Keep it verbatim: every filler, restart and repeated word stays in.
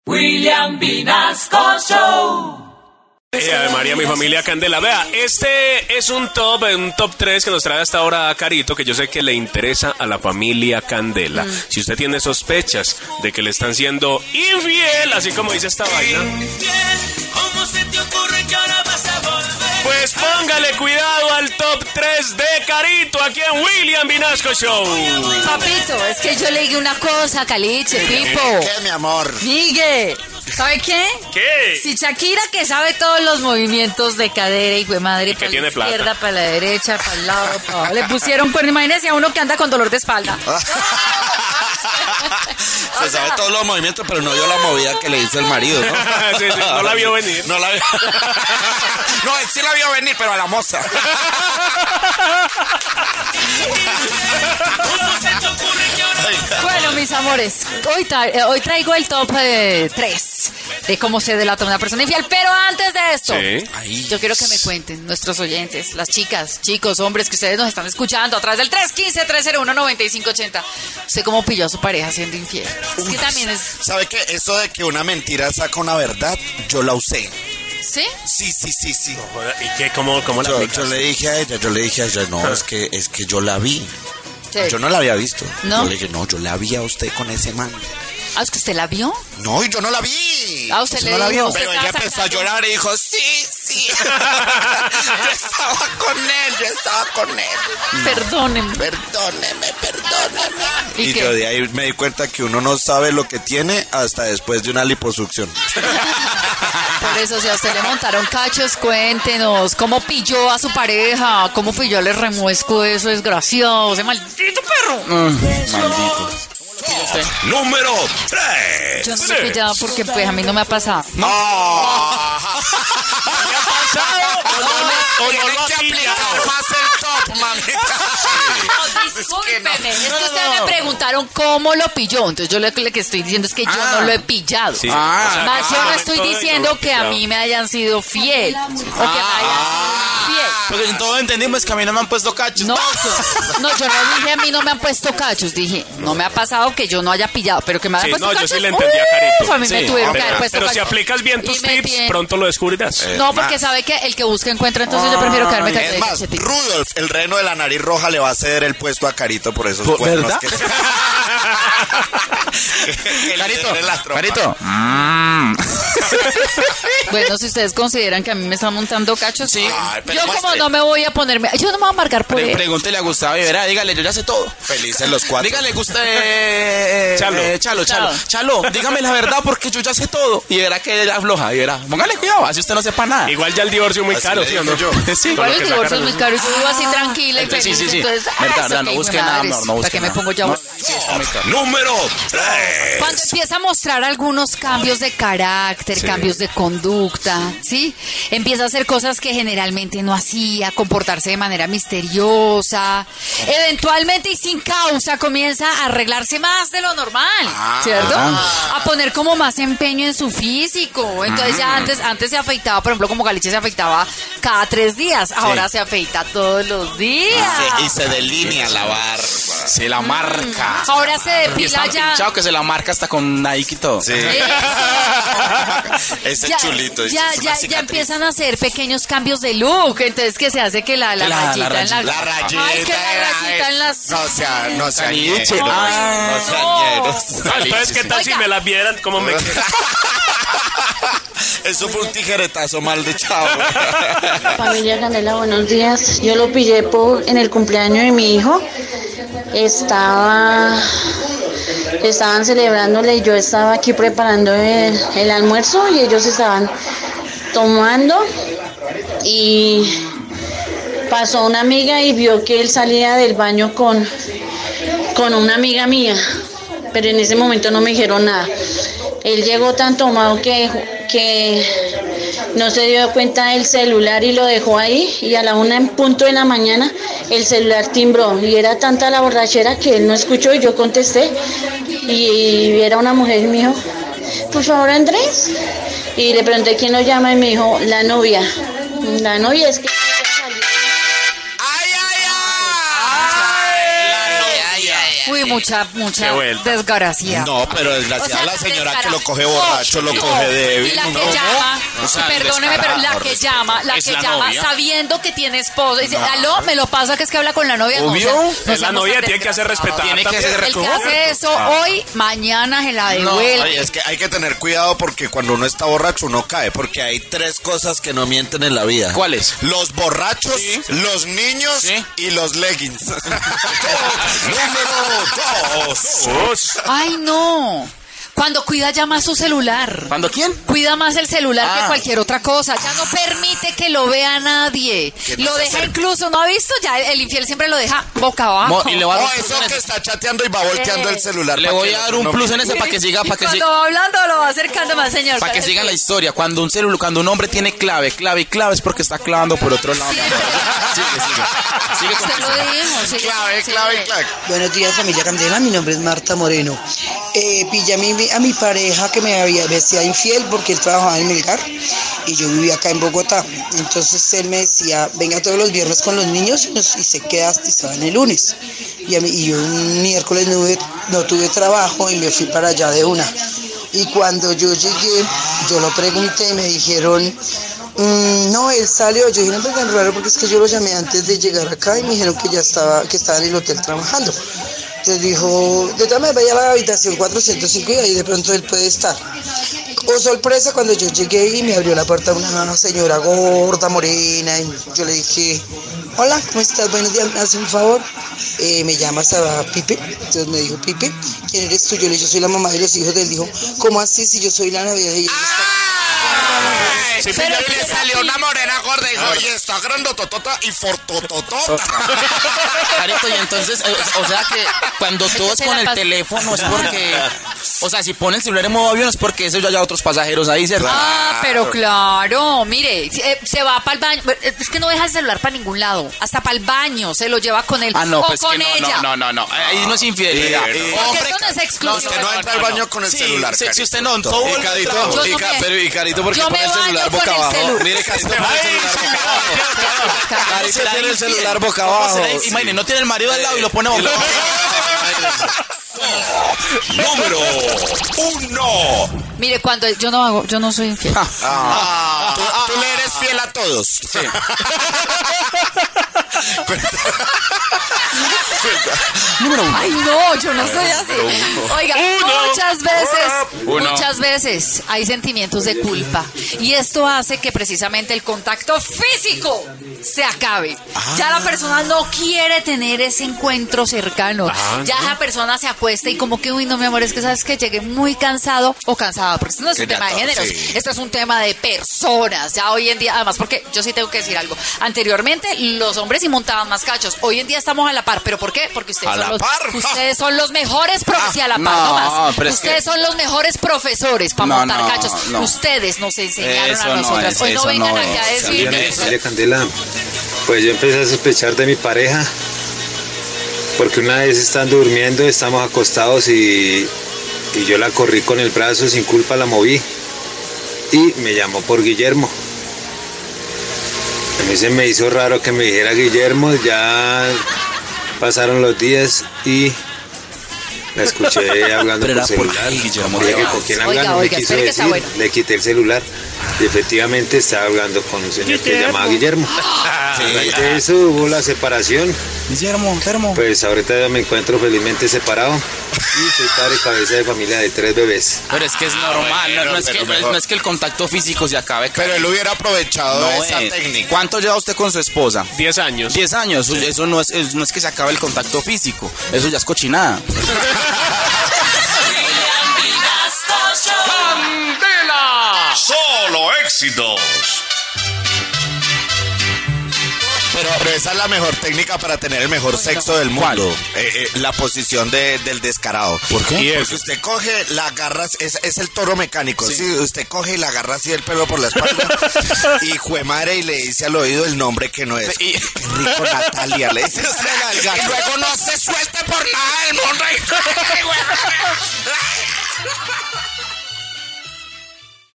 William Vinasco Show. Eh, Ave María, mi familia Candela. Vea, este es un top, un top tres que nos trae hasta ahora a Carito, que yo sé que le interesa a la familia Candela. Mm. Si usted tiene sospechas de que le están siendo infiel, así como dice esta vaina, ¿Cómo se te ocurre que ahora vas a volver? Pues póngale cuidado al top tres de Carito aquí en William Vinasco Show. Papito, es que yo le digo una cosa, Caliche, Pipo. ¿Qué, mi amor? Digue, ¿sabe qué? ¿Qué? Si Shakira, que sabe todos los movimientos de cadera y de madre, para la plata. izquierda, para la derecha, para el lado, para... le pusieron cuerno, imagínese a uno que anda con dolor de espalda. Se sabe todos los movimientos, pero no vio la movida que le hizo el marido, ¿no? Sí, sí, no la vio venir. No la vio. No, él sí la vio venir, pero a la moza. Bueno, mis amores, hoy, tra- hoy traigo el top eh, tres de cómo se delata una persona infiel, pero antes de esto, ¿Sí? yo quiero que me cuenten nuestros oyentes, las chicas, chicos, hombres que ustedes nos están escuchando a través del tres uno cinco, tres cero uno, nueve cinco ocho cero. ¿Usted cómo pilló a su pareja siendo infiel? Es que también es... ¿Sabe qué? Eso de que una mentira saca una verdad, yo la usé. ¿Sí? Sí, sí, sí, sí. ¿Y qué? ¿Cómo, cómo la Yo, aplicas? yo le dije a ella, yo le dije a ella, no, Ah. es que es que yo la vi. Sí. Yo no la había visto. ¿No? Yo le dije, no, yo la vi a usted con ese man. ¿Ah, es que usted la vio? No, y yo no la vi. Ah, usted Usted le no la dijo, vio. usted Pero estaba ella empezó a sacando- llorar y dijo, sí, sí. Yo estaba con él, yo estaba con él. Perdónenme. Perdóneme, perdóneme. ¿Y Y, qué? yo de ahí me di cuenta que uno no sabe lo que tiene hasta después de una liposucción. Por eso, si a usted le montaron cachos, cuéntenos. ¿Cómo pilló a su pareja? ¿Cómo pilló el remuesco de eso desgraciado? Ese maldito perro. Maldito. Número tres. Yo no me he pillado porque pues a mí no me ha pasado. Ah. ¿Qué ha pasado? ¿O no, lo- o no Tiene lo ha que aplicar pillado? más el top, mamita. No, discúlpeme. Es que ustedes me preguntaron cómo lo pilló. Entonces yo lo que le que estoy diciendo es que yo no lo he pillado. Sí. Ah. O sea, Más yo no ah, estoy todo diciendo eso, que a pillado. mí me hayan sido fiel. O que me hayan sido fiel. Porque todos entendimos que a mí no me han puesto cachos. No, yo, no, yo no dije a mí no me han puesto cachos. Dije, no me ha pasado que yo no haya pillado, pero que me hayan Sí, puesto no, yo cachos. sí le entendí a Carito. uf, a mí me Sí, tuvieron que Pero, haber puesto pero si cachos. aplicas bien tus Y me tips, tienen- pronto lo descubrirás. No, porque sabe que el que busca encuentra, entonces yo prefiero quedarme callada. Es más, Rudolf, el reno de la nariz roja, le va a ceder el puesto a Carito por esos ¿Por- cuernos. verdad? Que... que le Carito, ceden las trompas. Carito. Bueno, si ustedes consideran que a mí me están montando cachos, Sí. Ay, pero yo como muestre. no me voy a ponerme, yo no me voy a marcar por Pre- él. pregúntele a Gustavo y verá, dígale, yo ya sé todo. Felices los cuatro. Dígale, Gustavo. Eh, Chalo. eh, Chalo, Chalo. Chalo, dígame la verdad porque yo ya sé todo. Y verá que ella afloja. Y verá, póngale cuidado, así usted no sepa nada. Igual ya el divorcio es muy Así caro, le ¿sí o no? dije yo. Sí. Con Igual lo el que divorcio es sacaron. muy caro, yo vivo así tranquila y Entonces, feliz, sí, sí, sí. entonces, ah, Verdad, eso verdad, no que busque hijo de nada, madres, no, no ¿para busque qué me nada. pongo yo? No, sí, está muy caro. Número tres. Cuando empieza a mostrar algunos cambios de carácter, Sí. cambios de conducta, ¿sí? Empieza a hacer cosas que generalmente no hacía, comportarse de manera misteriosa. Eventualmente y sin causa comienza a arreglarse más de lo normal, ¿cierto? A poner como más empeño en su físico. Entonces ya antes, antes se afeitaba, por ejemplo, como Galiche se afeitaba cada tres días, ahora se afeita todos los días. Se- y se delinea la barba. Se la marca. Ahora se Y depila está ya. pinchado que se la marca hasta con Nike y todo. Sí. Eso. Ese ya, chulito. ese ya, es una ya, ya cicatriz. empiezan a hacer pequeños cambios de look, entonces que se hace que la, la, La- la rayita en la, rayita. La rayita. Ay, que la era- rayita en las... No sea, no sea Caniche. ñero. Ah, No sea no. ñero. Ah, entonces, ¿qué tal si Oiga. me las vieran? ¿Cómo me quedo? Eso fue un tijeretazo mal de chavo. Familia Candela, buenos días. Yo lo pillé por, en el cumpleaños de mi hijo. Estaba, estaban celebrándole y yo estaba aquí preparando el, el almuerzo y ellos estaban tomando y pasó una amiga y vio que él salía del baño con, con una amiga mía, pero en ese momento no me dijeron nada. Él llegó tan tomado que, que no se dio cuenta del celular y lo dejó ahí, y a la una en punto de la mañana el celular timbró y era tanta la borrachera que él no escuchó y yo contesté y era una mujer y me dijo, por favor Andrés, y le pregunté quién lo llama y me dijo, la novia. La novia es que... ¡Ay, ay, ay! Uy, mucha, mucha Qué vuelta. desgracia. No, pero desgraciada O sea, la señora descara- que lo coge borracho, lo No, coge débil. Y la que no, llama, O sea, perdóneme, pero la descarada, que llama, la es que la llama novia. sabiendo que tiene esposo. Y dice, aló, me lo pasa que es que habla con la novia. No, Obvio. o sea, no Es la seamos novia, tan tiene que hacer respetar. Tiene que también. hacer El que hace eso hoy, mañana se la No, devuelve. oye, es que hay que tener cuidado porque cuando uno está borracho uno cae, porque hay tres cosas que no mienten en la vida. ¿Cuáles? Los borrachos, Sí. los niños Sí. y los leggings. Número dos. Dos. Ay, no. Cuando cuida ya más su celular. ¿Cuándo quién? Cuida más el celular Ah. que cualquier otra cosa. Ya no permite que lo vea nadie. Que no Lo se deja acerque. incluso, ¿no ha visto? Ya el, el infiel siempre lo deja boca abajo. Mo- y le va a Oh, dar un eso plus en que ese- está chateando y va volteando Eh. el celular. Le para voy que a el dar otro un no plus en mire. ese para que siga, Y para que cuando siga. va hablando lo va acercando más, señor. Para que sigan la historia, cuando un celular, cuando un hombre tiene clave, clave y clave es porque está clavando por otro lado. Siempre. Sigue, sigue. Sigue con Usted lo dijo. sí, Clave, sí. clave, clave. Buenos días, familia Candela. Mi nombre es Marta Moreno. Eh, pillé a mi, a mi pareja que me había me decía infiel porque él trabajaba en Melgar y yo vivía acá en Bogotá. Entonces él me decía, venga todos los viernes con los niños y, nos- y se queda hasta y se van el lunes. Y, a mí, y yo un miércoles no, hubo- no tuve trabajo y me fui para allá de una. Y cuando yo llegué, yo lo pregunté y me dijeron, "Mm, no, él salió". Yo dije, no, pero tan raro porque es que yo lo llamé antes de llegar acá y me dijeron que ya estaba, que estaba en el hotel trabajando. Entonces dijo, de todas maneras vaya a la habitación cuatrocientos cinco y ahí de pronto él puede estar. Oh, sorpresa, cuando yo llegué y me abrió la puerta una señora gorda, morena, y yo le dije, hola, ¿cómo estás? Buenos días, ¿me haces un favor? Eh, me llamas a Pipe. Entonces me dijo, Pipe, ¿quién eres tú? Yo le dije, yo soy la mamá de los hijos de él. Dijo, ¿cómo así si yo soy la novia de ella? Ay, Sí, pero y le sí, salió sí. una morena gorda y dijo, oye, está grandototota y fortototota. Carito, y entonces, eh, o sea que cuando todos se con la el pas- teléfono es porque, o sea, si pone el celular en modo avión es porque eso ya hay otros pasajeros ahí, ¿cierto? Ah, pero claro, mire, eh, se va para el baño, es que no deja el celular para ningún lado, hasta para el baño se lo lleva con él Ah, no, o pues con que no, ella. no, no, no, no, ahí no es infidelidad. Sí, sí. Porque esto no es exclusivo. Usted no entra al baño con el Sí, celular, sí, si Carito. usted no, en todo Y el Carito, trabajo. Yo y no Ca- me- pero y Carito, ¿por qué yo pone me el celular baño boca con el abajo? celular. Mire, Carito pone el celular boca abajo. Carito ¿Será tiene el infiel? celular boca ¿Cómo abajo. será? Imagine, no tiene el marido al lado y lo pone boca abajo. Número uno. Mire, cuando yo no hago, yo no soy infiel. Ah, tú, tú le eres fiel a todos. Número uno. Ay, no, yo no soy así. Oiga, muchas veces, Uno. muchas veces hay sentimientos de culpa. Y esto hace que precisamente el contacto físico se acabe. Ya la persona no quiere tener ese encuentro cercano. Ya la persona se acuesta y como que, uy, no, mi amor, es que sabes que llegué muy cansado o cansada. Porque esto no es un Que ya tema de todo, géneros. sí. Esto es un tema de personas. Ya hoy en día, además, porque yo sí tengo que decir algo. Anteriormente, los hombres sí montaban más cachos. Hoy en día estamos a la par. ¿Pero por qué? Porque ustedes, ¿A son la los, par? ustedes son los mejores profesores. Sí, a la par, no, no, más. pero es Ustedes que- son los mejores profesores para No, montar no, cachos. no. Ustedes nos enseñaron Eso a no nosotras. es, Hoy no eso vengan no aquí a es. decir. Familia Candela, pues yo empecé a sospechar de mi pareja porque una vez estando durmiendo, estamos acostados y, y yo la corrí con el brazo, sin culpa la moví y me llamó por Guillermo. A mí se me hizo raro que me dijera Guillermo, ya pasaron los días y la escuché hablando Pero por era por celular. Guillermo. Dije que con quién Oiga, hablando, oiga, me quiso espere que está decir, bueno. le quité el celular y efectivamente estaba hablando con un señor que se llamaba Guillermo. A raíz de eso hubo la separación, Guillermo, termo. pues ahorita ya me encuentro felizmente separado y soy padre cabeza de familia de tres bebés. Pero es que es normal, no, no es que, pero no es- mejor. no es que el contacto físico se acabe. Pero él hubiera aprovechado No esa es. técnica. ¿Cuánto lleva usted con su esposa? Diez años. Diez años. Eso no es, es- no es que se acabe el contacto físico. Eso ya es cochinada. Candela. Solo éxitos. Pero, pero esa es la mejor técnica para tener el mejor sexo del mundo. Eh, eh, la posición de- del descarado. ¿Por qué? Y Porque eso. usted coge, la agarra, es, es el toro mecánico. Sí. Usted coge y la agarra así el pelo por la espalda. Y jue madre y le dice al oído el nombre que no es. Y- Qué rico Natalia, le dice. Y luego no se suelte por nada del mundo.